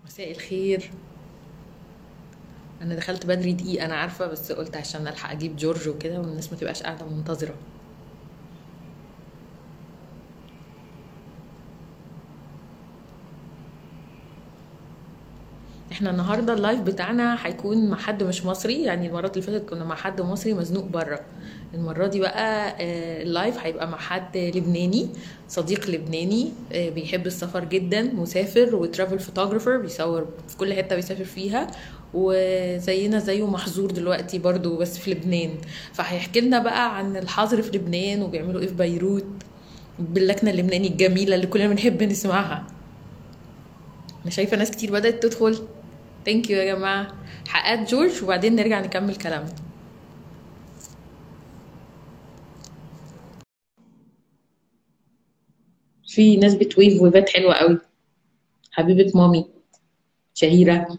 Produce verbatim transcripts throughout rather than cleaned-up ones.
مساء الخير. انا دخلت بدري دقيقة انا عارفة، بس قلت عشان الحق اجيب جورج وكده والناس ما تبقاش قاعدة منتظرة. احنا النهارده اللايف بتاعنا هيكون مع حد مش مصري، يعني المرات اللي فاتت كنا مع حد مصري مزنوق بره. المرة دي بقى آه، اللايف هيبقى مع حد لبناني، صديق لبناني آه، بيحب السفر جدا، مسافر وترافل فوتوغرافر، بيصور في كل حتة بيسافر فيها، وزينا زيه محظور دلوقتي برضو بس في لبنان. فهيحكي لنا بقى عن الحظر في لبنان وبيعملوا ايه في بيروت باللكنة اللبناني الجميلة اللي كلنا بنحب نسمعها. انا شايفة ناس كتير بدأت تدخل. ثانك يو يا جماعة. حققت جورج وبعدين نرجع نكمل كلامنا. في ناس بتويف ويفات حلوة قوي. حبيبة مامي شهيرة.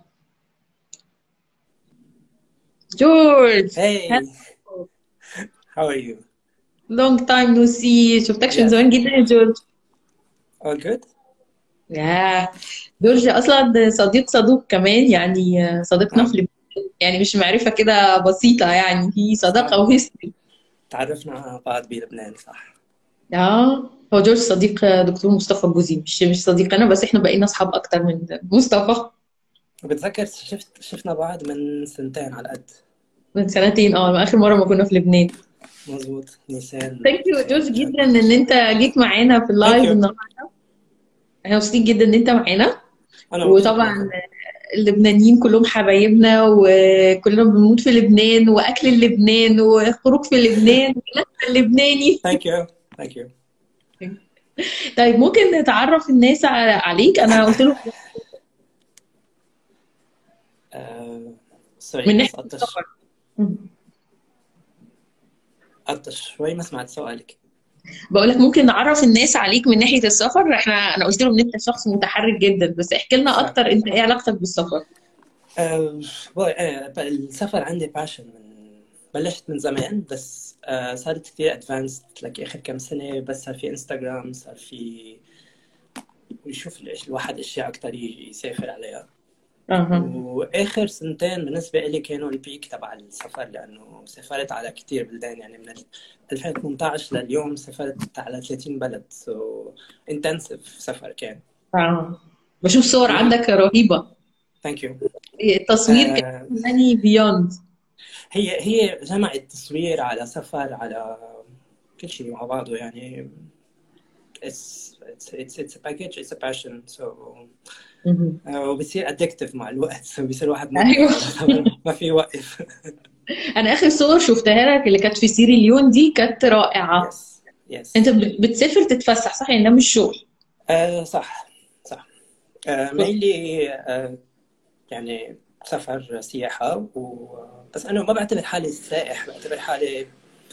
جورج. Hey, how are you? لونج تايم نو سي، شفتكش من Yes, زمان جدا يا جورج. all good? ياه. جورج اصلا صديق صدوق كمان، يعني صديقنا في نعم. لبنان، يعني مش معرفة كده بسيطة، يعني في صداقة صح. وهيستوري. تعرفنا على بعض بلبنان صح. اه، هو جورج صديق دكتور مصطفى بوزي، مش مش صديقنا بس احنا بقينا اصحاب اكتر من مصطفى. وبتذكر شفت شفنا بعض من سنتين على قد. من سنتين، اه، من اخر مرة ما كنا في لبنان. مظبوط نيسان ثانك يو جورج جدا ألفين وتسعتاشر. ان انت جيت معانا في Thank اللايف you. النهارده. احنا مبسوطين جدا ان انت معانا. أنا مبسوط وطبعا معكم. اللبنانيين كلهم حبايبنا وكلنا بنموت في لبنان واكل اللبنان وخروج في لبنان ولبس اللبناني. Thank you. Thank you. طيب ممكن نتعرف الناس ع- عليك؟ انا قلت لهم آه، سوري من بس ناحيه قطش. السفر. قطش شوي ما سمعت سؤالك. بقول لك ممكن نعرف الناس عليك من ناحيه السفر. احنا انا قلت لهم ان انت شخص متحرك جدا، بس احكي لنا صح. اكتر، انت ايه علاقتك بالسفر؟ آه، باي- آه، السفر عندي باشن من بلشت من زمان بس آه، صارت كثير ادفانسد لك اخر كم سنه بس صار في انستغرام صار في ويشوف الإش- الواحد اشياء اكثر يسافر عليها. اها. واخر سنتين بالنسبه لي كانوا البيك تبع السفر لانه سافرت على كثير بلدان يعني من ألفين وثمانية عشر لليوم سافرت على ثلاثين بلد سو انتنسيف سفر كان. اه، بشوف صور وال عندك رهيبه. ثانك يو. التصوير كان يعني بيوند. هي هي جمعت تصوير على سفر على كل شيء مع بعضه يعني it's it's it's it's a package it's a passion so آه، وبصير addictive مع الوقت so بصير الواحد مدمن ايوه. على سفر ما في يوقف. انا اخر صور شفتها لك اللي كانت في سيري ليون دي كانت رائعه. يس انت يس. بت- بتسافر تتفسح صح؟ يعني ده مش شغل. آه صح صح. آه مينلي آه يعني سفر سياحة و... بس أنا ما بعتبر حالي سائح بعتبر حالي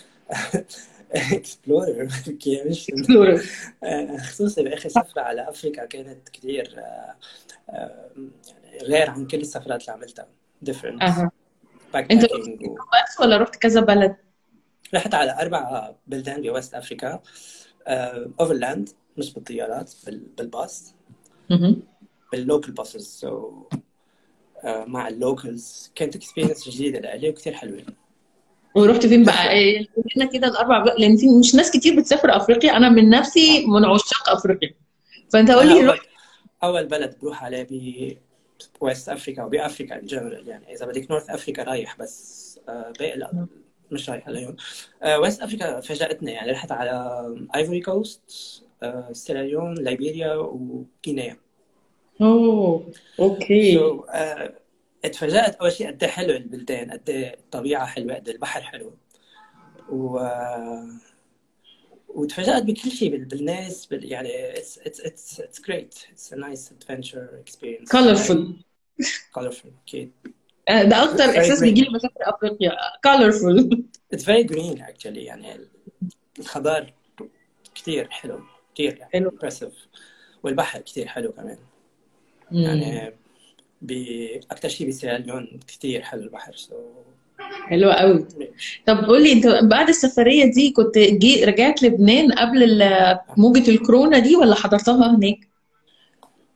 اكسبلورر مش اكسبلورر. آه، خصوصا بآخر سفرة على أفريقيا كانت كتير آه، آه، يعني غير عن كل السفرات اللي عملتها different اها. باك انت رحت باكينج و... بس ولا رحت كذا بلد؟ رحت على أربع بلدان بوست أفريقيا أوفرلاند مش بالطيارات بال... بالباص مهم. باللوكال باسز سو مع اللوكلز كانت اكسبيرينس جديدة لإلي وكتير حلوة. ورحت فين بقى؟ تفرق. إيه، قول لنا كده الاربع بلد، لان في مش ناس كتير بتسافر افريقيا، انا من نفسي صح. من عشاق افريقيا. فانت قول أنا لي أول رحت. أول بلد بروح عليه ب ويست أفريقيا وبأفريقا إن جنرال يعني إذا بدك نورث أفريقيا رايح بس آه، باقي لا مش رايح عليهم. آه، ويست أفريقيا فاجأتني يعني رحت على ايفوري كوست سيراليون ليبيريا وغينيا. اوه، اوكي. سو so, uh, اتفاجأت أول شيء قد إيه حلو البلدان قد إيه الطبيعة حلوة قد إيه البحر حلو و وتفاجأت بكل شيء بال- بالناس بال... يعني it's it's it's it's great it's a nice adventure experience very كولرفول. colorful أكيد ده اكتر very احساس بيجي green لي بسافر افريقيا. كولرفول. it's very green actually يعني الخضار كتير حلو كتير يعني حلو. impressive والبحر كتير حلو كمان امم. يعني بأكتر شيء بسيراليون كتير حلو البحر so حلو قوي. طب قولي انت بعد السفرية دي كنت جي رجعت لبنان قبل ال- موجة الكورونا دي ولا حضرتها هناك؟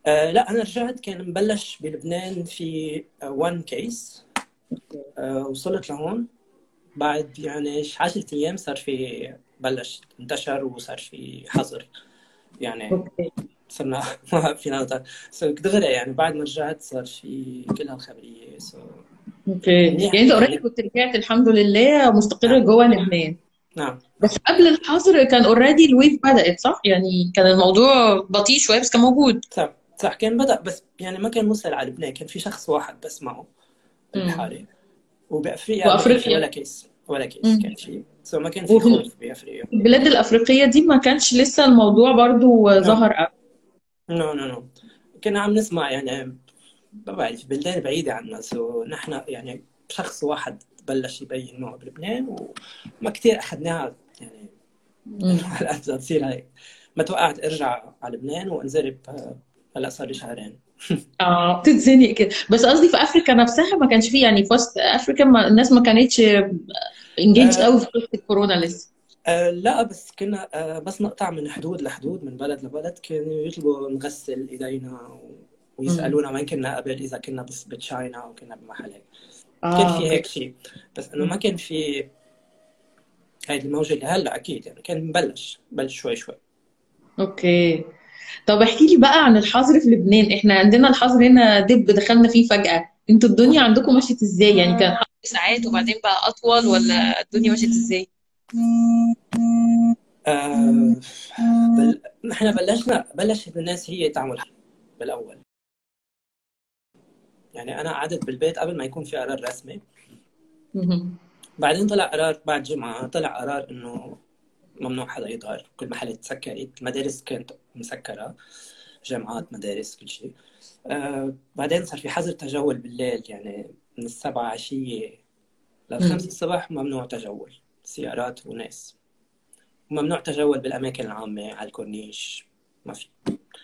آه لا انا رجعت كان مبلش بلبنان في وان كيس. آه وصلت لهون بعد يعني عشرة ايام صار في بلش انتشر وصار في حظر يعني. اوكي. صرنا ما فينا نطلع سو دغري يعني بعد ما رجعت صار في كل هالخبريه سو اوكي، منيح يعني انت اوريدي يعني. كنت رجعت الحمد لله مستقر نعم جوه لبنان. نعم بس نعم قبل الحظر كان اوريدي الويف بدأت صح؟ يعني كان الموضوع بطيء شويه بس كان موجود. صح صح كان بدأ بس يعني ما كان وصل على لبنان. كان في شخص واحد بس معه امم. الحالة. وبأفريقيا ما كان في وافريقيا. ولا كيس ولا كيس امم. كان في سو ما كان في وفي خوف بأفريقيا. البلاد الافريقيه دي ما كانش لسه الموضوع برضو نو ظهر قوي. نو نو نو كنا عم نسمع يعني ما بعرف بلدان بعيدة عنا سو نحن يعني شخص واحد بلش يبين معه بلبنان وما كتير أخذناها يعني إنه امم. هلا بدها تصير هيك. ما توقعت أرجع على لبنان وأنزرب. آه، هلا صار لي شهرين. اه بتتزنق كده، بس قصدي في افريكا نفسها ما كانش فيه، يعني في وسط افريكا ما الناس ما كانتش انجيج آه قوي في قصه الكورونا لسه. آه لا بس كنا آه بس نقطع من حدود لحدود من بلد لبلد كانوا يطلبوا نغسل ايدينا و... امم. ويسالونا وين كنا قبل اذا كنا بس بتشاينا او كنا بمحل هيك. كان اه في اوكي. هيك شيء بس انه ما كان في هاي الموجه اللي هلا اكيد يعني كان مبلش بلش شوي شوي. اوكي. طب احكي لي بقى عن الحظر في لبنان. احنا عندنا الحظر هنا دب دخلنا فيه فجأة، انتوا الدنيا نعم عندكم مشيت ازاي؟ يعني كان حظر ساعات وبعدين بقى اطول، ولا الدنيا مشيت ازاي؟ آه بل... نحن بلشنا بلشت الناس هي تعمل بالاول. يعني انا قعدت بالبيت قبل ما يكون في قرار رسمي. مهم. بعدين طلع قرار بعد جمعه طلع قرار انه ممنوع حدا يظهر. كل محلات سكرت. المدارس كانت مسكرة. جامعات مدارس كل شيء. آه بعدين صار في حظر تجول بالليل يعني من السبعة عشية للخمس مم. الصبح ممنوع تجول سيارات وناس. وممنوع تجول بالأماكن العامة على الكورنيش. ما في.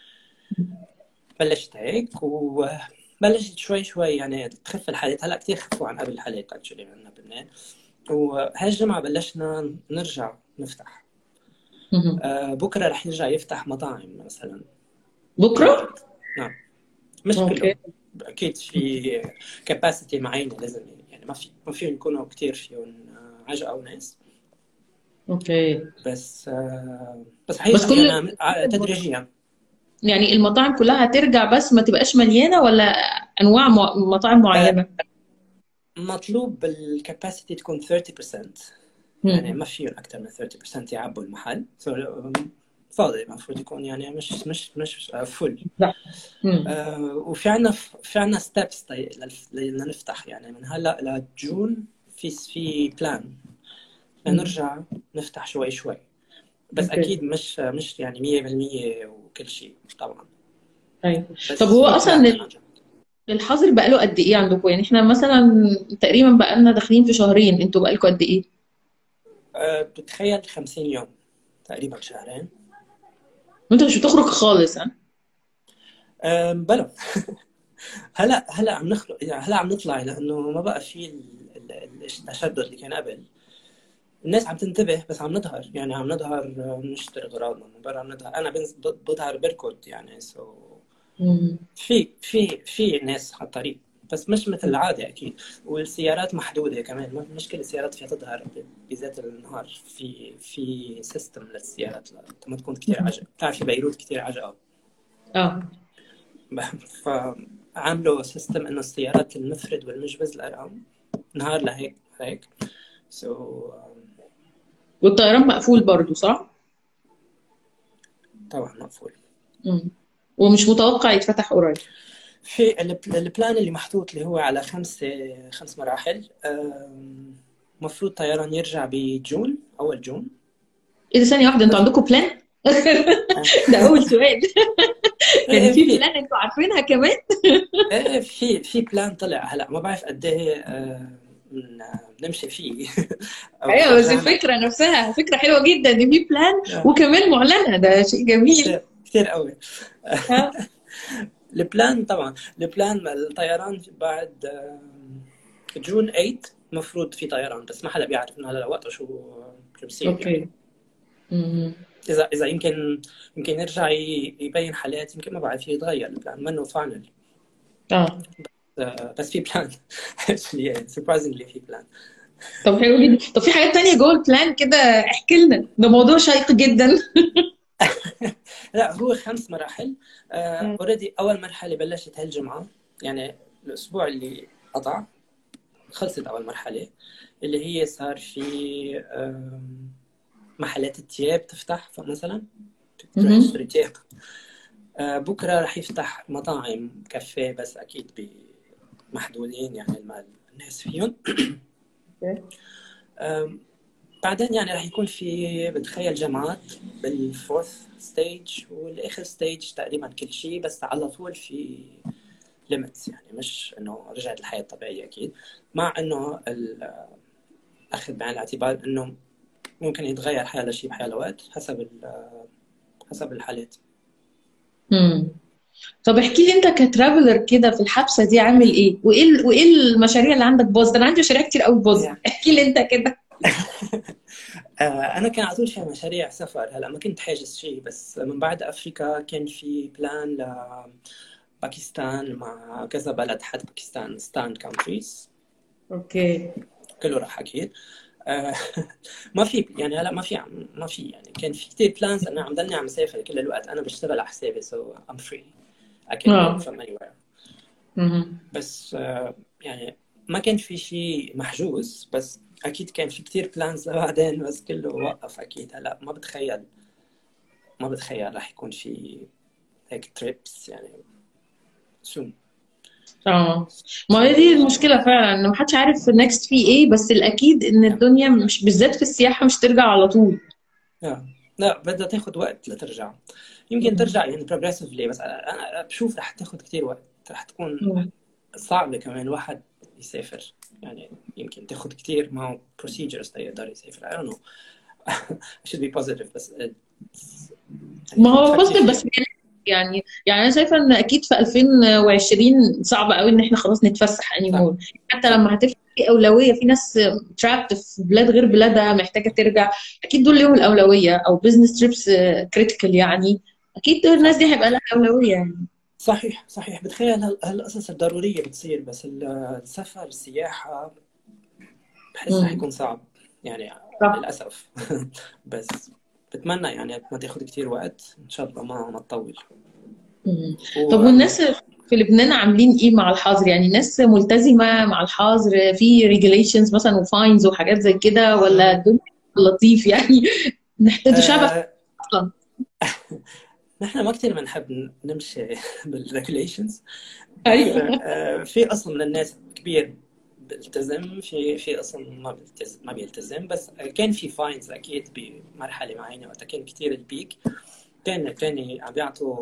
بلشت هيك وبلشت شوي شوي يعني تخف الحالات. هلا كثير خفوا عن قبل الحالات اكشلي عندنا بلبنان. وهالجمعة بلشنا نرجع نفتح. مهم. آه بكرة رح يرجع يفتح مطاعم مثلا بكرة؟ البعض. نعم مش اوكي. كلهم. اكيد في كاباسيتي معينه لازم يعني ما في ما فيهم يكونوا كثير فيهم عجقه وناس. اوكي. بس آه، بس بس حيرجع كل يعني ع- تدريجيا. يعني المطاعم كلها هترجع بس ما تبقاش مليانة، ولا انواع م- مطاعم آه، معينة؟ مطلوب الكاباسيتي تكون ثلاثين بالمية. يعني مم. ما فيهم اكثر من ثلاثين بالمية يعبوا المحل. So, فاضي المفروض يكون يعني مش مش مش فل. لا. مم. آه، وفي عنا في عنا ستيبس لنفتح يعني من هلا لجون. في في بلان مم. لنرجع نفتح شوي شوي. بس اوكي. اكيد مش مش يعني مية بالمية وكل شيء طبعا. ايوه. طب بس هو في بلان اصلا لنرجع. الحظر بقاله قد ايه عندكم؟ يعني احنا مثلا تقريبا بقالنا داخلين في شهرين، انتوا بقالكم قد ايه؟ أه بتخيل خمسين يوم تقريبا شهرين. انتوا مش بتخرج خالص ها؟ أه بلا. هلا هلا عم نخلق يعني هلا عم نطلع لانه ما بقى في ال- ال- التشدد اللي كان قبل. الناس عم تنتبه بس عم نظهر يعني عم نظهر. آه، نشتري اغراضنا من برا عم نظهر. انا بنز- بظهر بركض يعني سو مم. في في في ناس على الطريق بس مش مثل العادة أكيد. والسيارات محدودة كمان. ما- مش كل السيارات فيها تظهر بذات النهار. في في سيستم للسيارات ما تكون كتير عجقة. بتعرفي بيروت كتير عجقة. اه. فعملوا سيستم إنه السيارات المفرد والمجبز الأرقام نهار لهيك هيك سو so, والطيران مقفول برضو صح؟ طبعا مقفول. مم. ومش متوقع يتفتح قريب؟ في الب- البلان اللي محطوط اللي هو على خمس خمس مراحل. المفروض طيران يرجع بجون أول جون. ايه ده، ثانية واحدة، انتوا عندكم بلان؟ ده أول سؤال. يعني في في بلان انتوا عارفينها كمان؟ ايه في في بلان طلع هلا ما بعرف قد ايه آه، من- بنمشي فيه. او اذا ايوه، بس رجعنا. الفكرة نفسها فكرة حلوة جدا ان في بلان آه، وكمان معلنة، ده شيء جميل. كثير كثير قوي. ها. البلان طبعا البلان الطيران بعد آه، جون ثمانية المفروض في طيران بس ما حدا بيعرف انه هلا وقته شو شو بصير يعني. اوكي. مم. اذا اذا يمكن يمكن يرجع ي- يبين حالات، يمكن ما بعرف يتغير البلان منه فاينل. اه بس في بلان. actually surprisingly في بلان. طب حلو جدا. طب في حاجات تانية جوه البلان كده؟ احكي لنا، ده موضوع شيق جدا. لا هو خمس مراحل. اوريدي اول مرحله بلشت هالجمعه، يعني الاسبوع اللي قطع خلصت اول مرحله، اللي هي صار في آم، محلات الثياب تفتح مثلا، تروح مهم. تشتري ثياب. آه، بكره رح يفتح مطاعم كافيه، بس اكيد بمحدودين يعني الم- الناس فيهم. آم، بعدين يعني رح يكون في بتخيل جامعات بالفورث ستيج، والاخر ستيج تقريبا كل شيء، بس على طول في ليميتس، يعني مش انه رجعت الحياه الطبيعيه اكيد، مع انه ال- اخذ بعين الاعتبار انه ممكن يتغير حياة شيء بحياة وقت حسب ال- حسب الحالات. مم. طب احكي لي انت كترافلر كده في الحبسه دي عامل ايه؟ وايه ال- وايه المشاريع اللي عندك باظ؟ ده انا عندي مشاريع كتير قوي باظ، يعني احكي لي انت كده. آه، انا كان على طول في مشاريع سفر، هلا ما كنت حاجز شيء، بس من بعد افريكا كان في بلان لباكستان مع كذا بلد حد باكستان ستاند كونتريز، اوكي. كله راح اكيد. آه، ما في يعني هلا ما في ما في يعني كان في كثير بلانز، انا عم ضلني عم سافر كل الوقت، انا بشتغل على حسابي so I'm free I can work اه. from anywhere. مهم. بس آه، يعني ما كان في شيء محجوز، بس اكيد كان في كتير بلانز بعدين، بس كله وقف اكيد. هلا ما بتخيل ما بتخيل راح يكون في هيك تريبس يعني سون. اه ما هي دي سو المشكله فعلا، ان محدش عارف النكست فيه ايه، بس الاكيد ان الدنيا مش بالذات في السياحه مش ترجع على طول. لا لا بدها تاخذ وقت لترجع، يمكن ترجع يعني بروجريسفلي، بس انا بشوف راح تاخذ كتير وقت، راح تكون مم. صعبة كمان الواحد يسافر، يعني يمكن تاخذ كتير معه procedures تقدر يسافر. I don't know. I should be positive، بس يعني ما لازم هو تفكر بوزيتيف بس فيها. يعني يعني انا شايفه ان اكيد في ألفين وعشرين صعب قوي ان احنا خلاص نتفسح صح انيمور. حتى صح لما هتفتح في اولويه، في ناس ترابت في بلاد غير بلادها محتاجه ترجع، اكيد دول ليهم الاولويه، او بزنس تريبس كريتيكال يعني، اكيد دول الناس صح دي هيبقى لها اولويه يعني. صحيح صحيح بتخيل هال- هالقصص الضرورية بتصير، بس ال- السفر السياحة بحسها امم حيكون صعب يعني صح. للأسف. بس بتمنى يعني ما تاخذ كتير وقت إن شاء الله، ما ما تطول. مم. طب و والناس في لبنان عاملين ايه مع الحظر؟ يعني الناس ملتزمة مع الحظر في ريجوليشنز مثلا وفاينز وحاجات زي كده، ولا مم. الدنيا لطيف يعني؟ نحتاج شعب آه، اصلا. نحن ما كثير بنحب نمشي بالريجوليشنز، بس ايوه. آه، في قسم من الناس كبير بيلتزم، في في قسم ما بيلتزم ما بيلتزم بس كان في فاينز اكيد بمرحله معينه وقتها كان كثير البيك، كان كان عم بيعطوا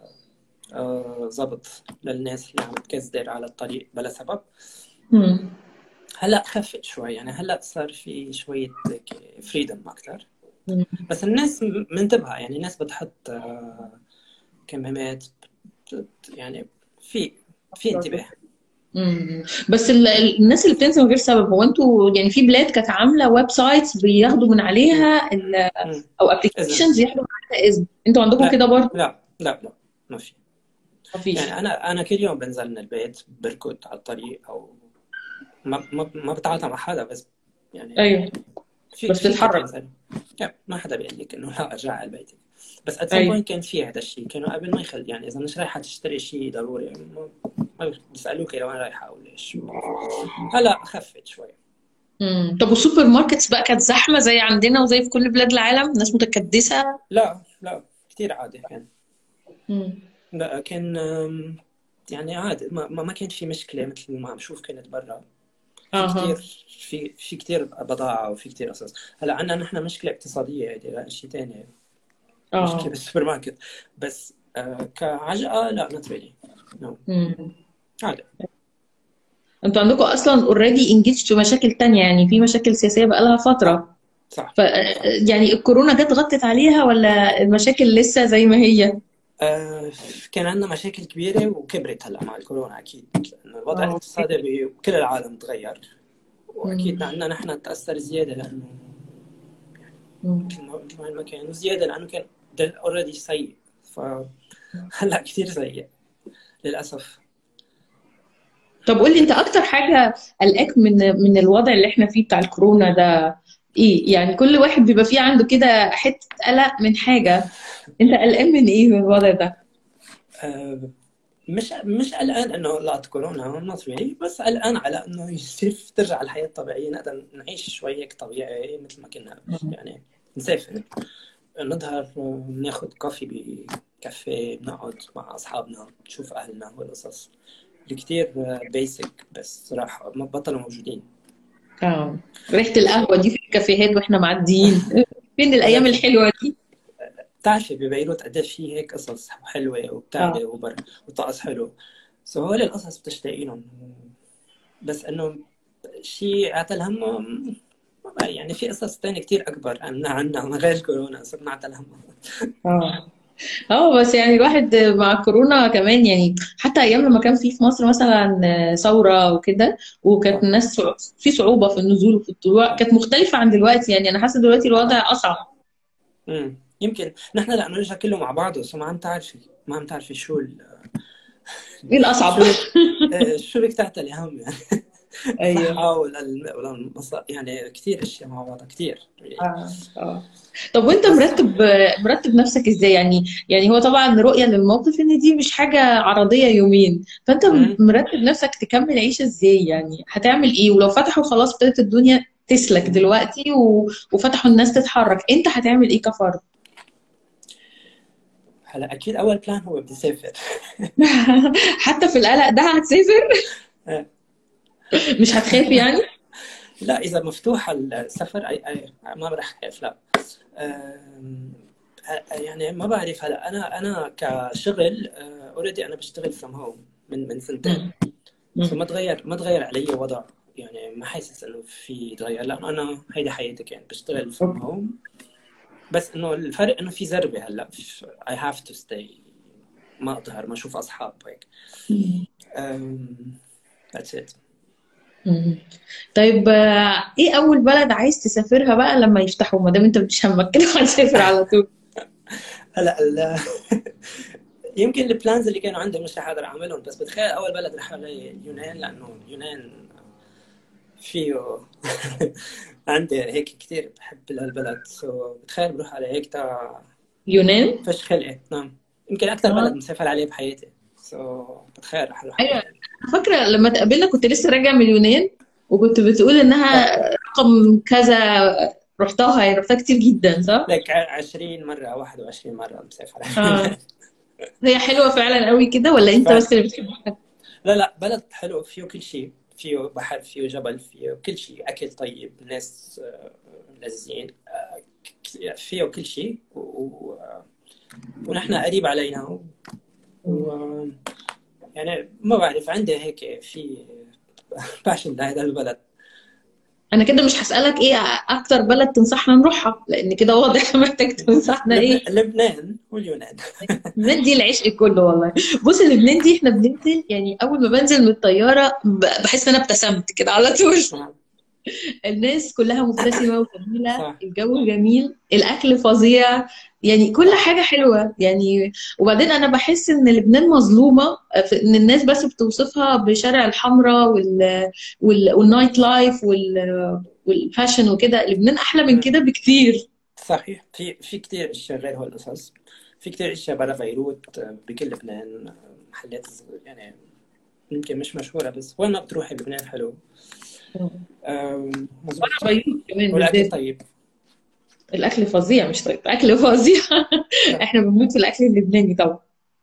آه، ضبط للناس اللي عم تكزدر على الطريق بلا سبب. مم. هلا خفت شوي، يعني هلا صار في شويه فريدم اكثر، مم. بس الناس م- منتبهه، يعني الناس بتحط آه، كمامات، بت- يعني في في انتباه. مم. بس ال- ال- الناس اللي بتنزل من غير سبب، هو انتوا يعني في بلاد كانت عامله ويب سايتس بياخدوا من مم. عليها ال- مم. او اذن ابلكيشنز ياخدوا من عليها اذن، انتوا عندكم لا كده برضه؟ لا لا لا ما في. مفيش. يعني انا انا كل يوم بنزل من البيت بركض على الطريق، او ما ما ما بتعاطى مع حدا، بس يعني ايوه في بس فيك تتحرك. تنزل. لا ما حدا بيقول لك انه لا ارجع على بيتك، بس at some ايوه. point كان في هذا الشيء، كانوا قبل ما يخل يعني اذا مش رايحه تشتري شيء ضروري ما ما بيسالوك لو انا رايحه او ليش. هلا خفت شوي. مم. طب والسوبر ماركتس بقى كانت زحمة زي عندنا وزي في كل بلاد العالم، ناس متكدسة؟ لا لا كثير عادي كان. مم. لا كان أم، يعني عادي، ما ما ما كان في مشكله مثل ما عم شوف كانت برا. في كتير اها. في في كتير بضاعة وفي كتير قصص. هلا عندنا نحن مشكلة اقتصادية، هيدي لا شيء ثاني، مشكلة اه. بالسوبر ماركت، بس آه كعجقة لا not really no مم. عادي. انتوا عندكم اصلا اوريدي انجزت في مشاكل تانية، يعني في مشاكل سياسية بقالها صح فترة. صح ف صح. يعني الكورونا جت غطت عليها، ولا المشاكل لسه زي ما هي؟ آه كان عندنا مشاكل كبيرة وكبرت هلا مع الكورونا أكيد، لأنه الوضع اه. الاقتصادي بكل العالم تغير، مم. وأكيد عندنا نحن تأثر زيادة، لأنه مم. كل ما وين ما كان، وزياده لانه كان اوريدي سيء، فهلا كثير سيء للاسف. طب قول لي انت اكتر حاجه قلقاك من من الوضع اللي احنا فيه بتاع الكورونا ده ايه؟ يعني كل واحد بيبقى فيه عنده كده حته قلق من حاجه. انت قلقان من ايه من الوضع ده؟ آه، مش مش قلقان انه طلعت كورونا ما طبيعي، بس قلقان على انه يصير ترجع الحياه الطبيعيه، نقدر نعيش شوي هيك طبيعي مثل ما كنا قبل. مم. يعني نسافر، نظهر، ناخذ كافي بكافيه، بنقعد مع اصحابنا، نشوف اهلنا والقصص اللي كثير بيسك، بس صراحه ما بطلوا موجودين. اه، ريحه سو القهوه دي في الكافيهات واحنا معديين، فين الايام اكزاكتلي. الحلوه دي؟ بتعرفي ببيروت قديش في هيك قصص حلوه اه. وبتاعده وبر والطقس حلو، سو هول القصص بتشتاقي لهم. بس انه شيء اعتل همه، ما بعرف، يعني في قصص تانية كتير اكبر عنا عنا من غير كورونا صرنا نعتل همه. اه. اه بس يعني الواحد مع كورونا كمان، يعني حتى ايام لما كان في في مصر مثلا ثوره وكده، وكانت صح الناس في صعوبه في النزول وفي الطلوع، كانت مختلفه عن دلوقتي. يعني انا حاسه دلوقتي الوضع اصعب. امم يمكن نحن لانه نرجع كله مع بعضه، سو ما عم تعرفي ما عم تعرفي شو ال... ايه الاصعب؟ شو بك آه، شو بك تعتلي هم يعني. ايوه. الصحة ولا الم... ولا المص... يعني كثير اشياء مع بعضها كثير. اه. اه. طب وانت بس مرتب مرتب نفسك ازاي؟ يعني يعني هو طبعا رؤية للموقف ان دي مش حاجة عرضية يومين، فانت امم مرتب نفسك تكمل عيش ازاي؟ يعني هتعمل ايه؟ ولو فتحوا خلاص ابتدت الدنيا تسلك دلوقتي و... وفتحوا الناس تتحرك، انت هتعمل ايه كفرد؟ هلا اكيد اول بلان هو بدي اسافر. حتى في القلق ده هتسافر؟ آه. مش هتخاف يعني؟ لا اذا مفتوح السفر أي... أي... ما راح اخاف، لا. آم، آه، يعني ما بعرف. هلا انا انا كشغل اوريدي انا بشتغل فروم هوم من من سنتين، مم. سو مم. ما تغير ما تغير علي وضع. يعني ما حاسس انه في تغير، لانه انا هيدي حياتك، يعني بشتغل فروم أوكي. هوم. بس انه الفرق انه في زربه هلا I have to stay، ما اظهر، ما اشوف اصحاب هيك. مم. um, that's it. مم. طيب آه، ايه اول بلد عايز تسافرها بقى لما يفتحوا، ما دام انت مش همك كده هتسافر على طول؟ هلا ال- يمكن البلانز اللي كانوا عندي مش رح اقدر اعملهم، بس بتخيل اول بلد رح علي اليونان، لانه اليونان فيه عندي هيك كثير بحب البلد، سو بتخيل بروح على هيك تا يونان. فش خلقي. نعم، يمكن اكثر اه. بلد مسافر عليه بحياتي، سو بتخيل رح اروح ايوه، عليه. أنا فاكره لما تقابلنا كنت لسه راجع من اليونان، وكنت بتقول صح، انها رقم كذا. رحتها يعني رحتها كتير جدا صح؟ لك عشرين مرة، واحد وعشرين مرة مسافر على اه. اليونان. هي حلوه فعلا قوي كده ولا انت تحفة. بس اللي بتحبها؟ لا لا، بلد حلو، فيه كل شيء، فيه بحر، فيه جبل، فيه كل شيء، أكل طيب، ناس آه، لذيذين، آه، ك- فيه كل شيء، و... و... ونحن قريب علينا، و... و... يعني ما بعرف، عندي هيك في باشن لهذا البلد. انا كده مش هسألك ايه اكتر بلد تنصحنا نروحها، لان كده واضح محتاج تنصحنا لبنان، ايه. لبنان واليونان. لبنان دي العشق كله والله. بص لبنان دي احنا بننزل، يعني اول ما بنزل من الطياره ب- بحس ان انا ابتسمت كده على طول. نعم. الناس كلها مبتسمه وجميله، صح الجو جميل، الاكل فظيع، يعني كل صح حاجه حلوه يعني. وبعدين انا بحس ان لبنان مظلومه في ان الناس بس بتوصفها بشارع الحمراء وال... وال... والنايت لايف وال... والفاشن وكده. لبنان احلى من كده بكتير. صحيح. في في كثير اشياء غير هول القصص، في كثير اشياء برا بيروت، آه، بكل لبنان، آه، محلات صغ- يعني يمكن مش مشهورة، بس وين ما بتروحي لبنان حلو. آم، وانا مزبوط. بيوت كمان والأكل بالذات. طيب. الاكل فظيع، مش طيب، اكل فظيع. صح. احنا بنموت في الاكل اللبناني طبعا.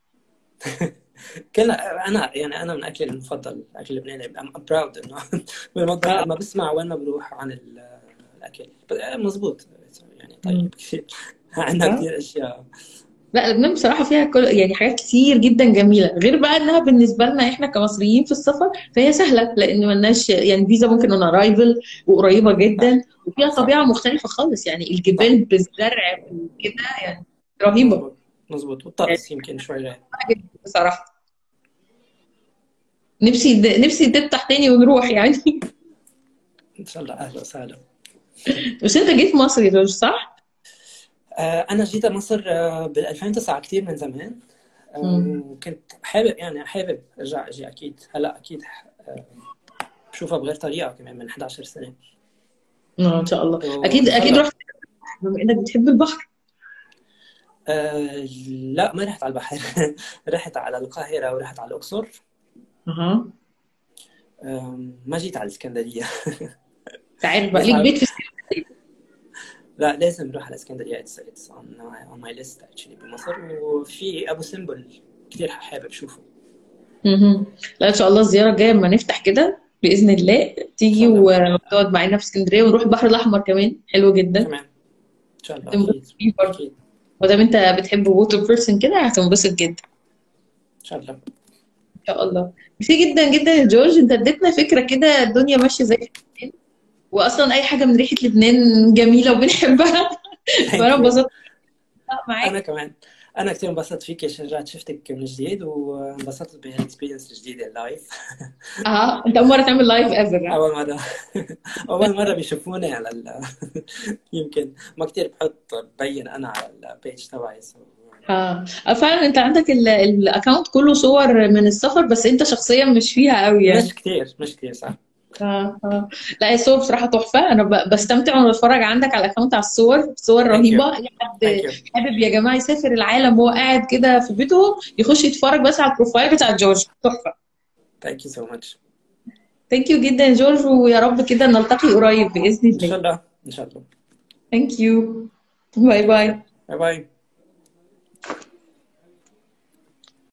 كلنا أنا يعني أنا من أكلي المفضل الأكل اللبناني. I'm I'm proud إنه بالمطبخ اه. لما بسمع وين ما بروح عن ال- الأكل. آه، مزبوط، يعني مم. طيب كثير. عندنا آه. كثير أشياء. لا لبنان بصراحة فيها كل يعني حاجات كتير جدا جميلة، غير بقى انها بالنسبة لنا احنا كمصريين في السفر فهي سهلة، لان ملناش يعني فيزا، ممكن اون ارايفل، وقريبة صح جدا، وفيها صح طبيعة مختلفة خالص، يعني صح. الجبال بالزرع كده، يعني رهيبة. مزبوط مزبوط، يعني والطقس يمكن شوي غير. جدا بصراحة. نفسي نفسي تفتح تاني ونروح يعني. إن شاء الله، أهلا وسهلا. بس انت جيت مصر يا جورج صح؟ آه، أنا جيت مصر آه، بال ألفين وتسعة، كتير من زمان. مم. آه، وكنت حابب يعني حابب أرجع أجي أكيد. هلا أكيد آه، بشوفها بغير طريقة كمان من إحدى عشرة سنة. اه ان شاء الله. اكيد وإن شاء اكيد الله. رحت بما انك بتحب البحر. آه، لا، ما رحت على البحر. رحت على القاهرة ورحت على الأقصر. اها. آم، ما جيت على الإسكندرية. انت عارف بقى بس ليك ع- بيت في اسكندريه. لا، لازم نروح على الإسكندرية. it's, it's on, on my list actually بمصر. وفي أبو سمبل كتير حابب أشوفه. مهم. لا ان شاء الله الزياره الجايه لما نفتح كده باذن الله إن تيجي شاء الله. وتقعد معانا في اسكندريه ونروح البحر الاحمر كمان حلو جدا. كمان إن شاء الله. هتنبسط أكيد فيه برضه. أكيد. ما دام انت بتحب ووتر بيرسون كده هتنبسط جدا. إن شاء الله. ان شاء الله. ميرسي جدا جدا يا جورج، انت اديتنا فكره كده الدنيا ماشيه ازاي في لبنان، واصلا اي حاجه من ريحه لبنان جميله وبنحبها. فانا ثانك يو. انبسطت أنا معاك. كمان. أنا كتير انبسطت فيك، رجعت شفتك من جديد وانبسطت بهالإكسبيرينس الجديدة اللايف. اه انت اول مره تعمل لايف ايفر. أول مرة. أول مرة بيشوفوني على ال... يمكن ما كتير بحط ببين أنا على البيج تبعي. so- اه فعلا انت عندك الاكونت كله صور من السفر بس انت شخصيا مش فيها قوي يعني. مش كتير مش كتير صح. اه اه. لا الصور بصراحه تحفه، انا ب- بستمتع وانا بتفرج عندك على الاكونت على الصور، صور ثانك يو. رهيبه. اي حد ثانك يو. حابب يا جماعه يسافر العالم وهو قاعد كده في بيته يخش يتفرج بس على البروفايل بتاع جورج، تحفه. ثانك يو سو ماتش. ثانك يو جدا يا جورج، ويا رب كده نلتقي قريب باذن إن شاء الله. الله. إن شاء الله. ثانك يو. باي ثانك يو. باي. باي باي.